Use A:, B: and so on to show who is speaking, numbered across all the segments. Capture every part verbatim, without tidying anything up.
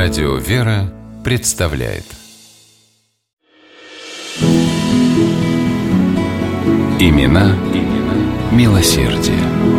A: Радио «Вера» представляет Имена, имена милосердия.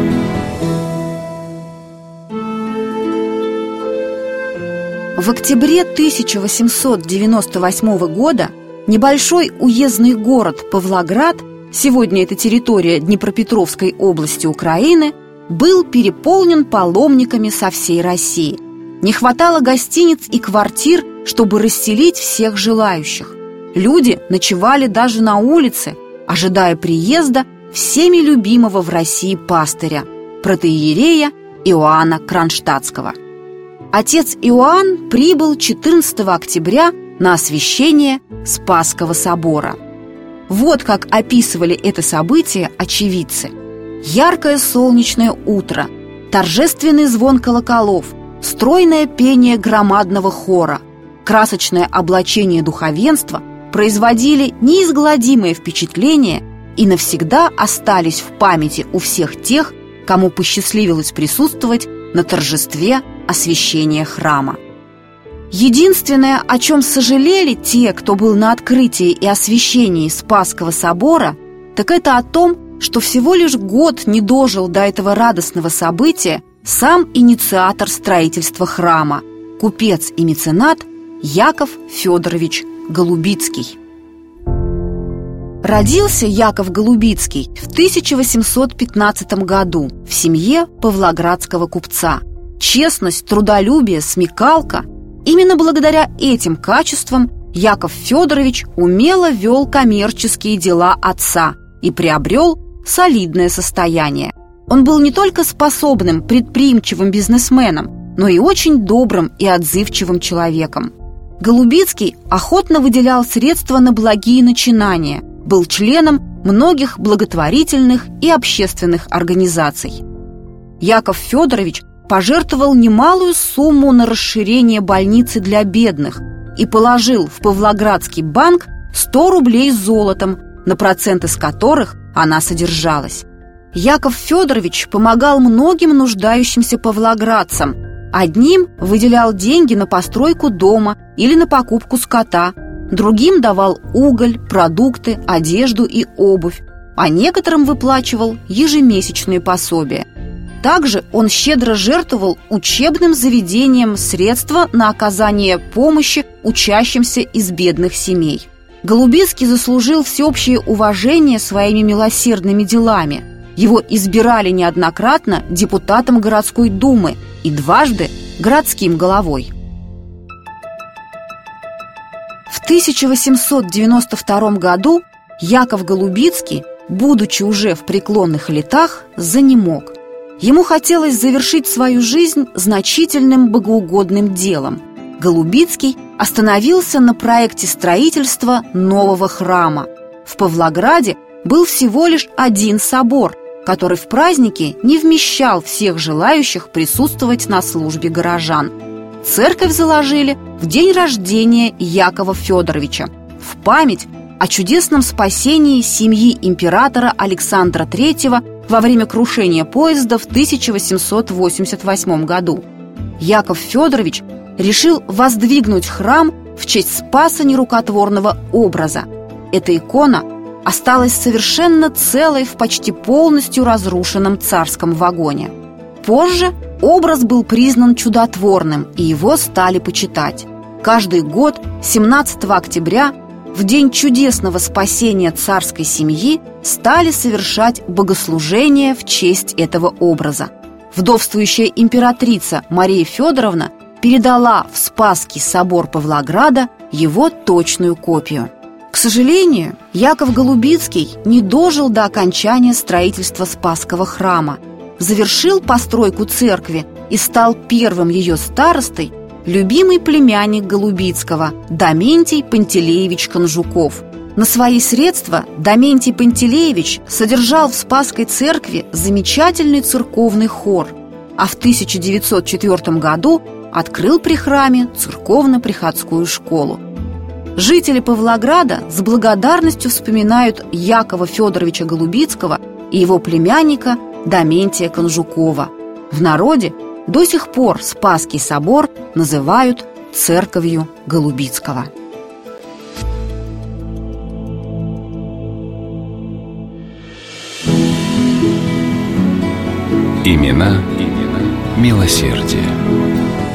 B: В октябре тысяча восемьсот девяносто восьмого года небольшой уездный город Павлоград, сегодня это территория Днепропетровской области Украины, был переполнен паломниками со всей России. Не хватало гостиниц и квартир, чтобы расселить всех желающих. Люди ночевали даже на улице, ожидая приезда всеми любимого в России пастыря, протоиерея Иоанна Кронштадтского. Отец Иоанн прибыл четырнадцатого октября на освящение Спасского собора. Вот как описывали это событие очевидцы. Яркое солнечное утро, торжественный звон колоколов, стройное пение громадного хора, красочное облачение духовенства производили неизгладимое впечатление и навсегда остались в памяти у всех тех, кому посчастливилось присутствовать на торжестве освящения храма. Единственное, о чем сожалели те, кто был на открытии и освящении Спасского собора, так это о том, что всего лишь год не дожил до этого радостного события сам инициатор строительства храма, купец и меценат Яков Федорович Голубицкий. Родился Яков Голубицкий в тысяча восемьсот пятнадцатом году в семье павлоградского купца. Честность, трудолюбие, смекалка – именно благодаря этим качествам Яков Федорович умело вел коммерческие дела отца и приобрел солидное состояние. Он был не только способным, предприимчивым бизнесменом, но и очень добрым и отзывчивым человеком. Голубицкий охотно выделял средства на благие начинания, был членом многих благотворительных и общественных организаций. Яков Федорович пожертвовал немалую сумму на расширение больницы для бедных и положил в Павлоградский банк сто рублей золотом, на проценты с которых она содержалась. Яков Федорович помогал многим нуждающимся павлоградцам. Одним выделял деньги на постройку дома или на покупку скота, другим давал уголь, продукты, одежду и обувь, а некоторым выплачивал ежемесячные пособия. Также он щедро жертвовал учебным заведениям средства на оказание помощи учащимся из бедных семей. Голубицкий заслужил всеобщее уважение своими милосердными делами. Его избирали неоднократно депутатом городской думы и дважды городским головой. В тысяча восемьсот девяносто втором году Яков Голубицкий, будучи уже в преклонных летах, занемог. Ему хотелось завершить свою жизнь значительным богоугодным делом. Голубицкий остановился на проекте строительства нового храма. В Павлограде был всего лишь один собор, который в праздники не вмещал всех желающих присутствовать на службе горожан. Церковь заложили в день рождения Якова Федоровича, в память о чудесном спасении семьи императора Александра третьего во время крушения поезда в тысяча восемьсот восемьдесят восьмом году. Яков Федорович решил воздвигнуть храм в честь Спаса нерукотворного образа. Эта икона осталась совершенно целой в почти полностью разрушенном царском вагоне. Позже образ был признан чудотворным, и его стали почитать. Каждый год семнадцатого октября, в день чудесного спасения царской семьи, стали совершать богослужения в честь этого образа. Вдовствующая императрица Мария Федоровна передала в Спасский собор Павлограда его точную копию. К сожалению, Яков Голубицкий не дожил до окончания строительства Спасского храма. Завершил постройку церкви и стал первым ее старостой любимый племянник Голубицкого Доментий Пантелеевич Конжуков. На свои средства Доментий Пантелеевич содержал в Спасской церкви замечательный церковный хор, а в тысяча девятьсот четвёртом году открыл при храме церковно-приходскую школу. Жители Павлограда с благодарностью вспоминают Якова Федоровича Голубицкого и его племянника Доментия Конжукова. В народе до сих пор Спасский собор называют церковью Голубицкого.
A: Имена, имена милосердия.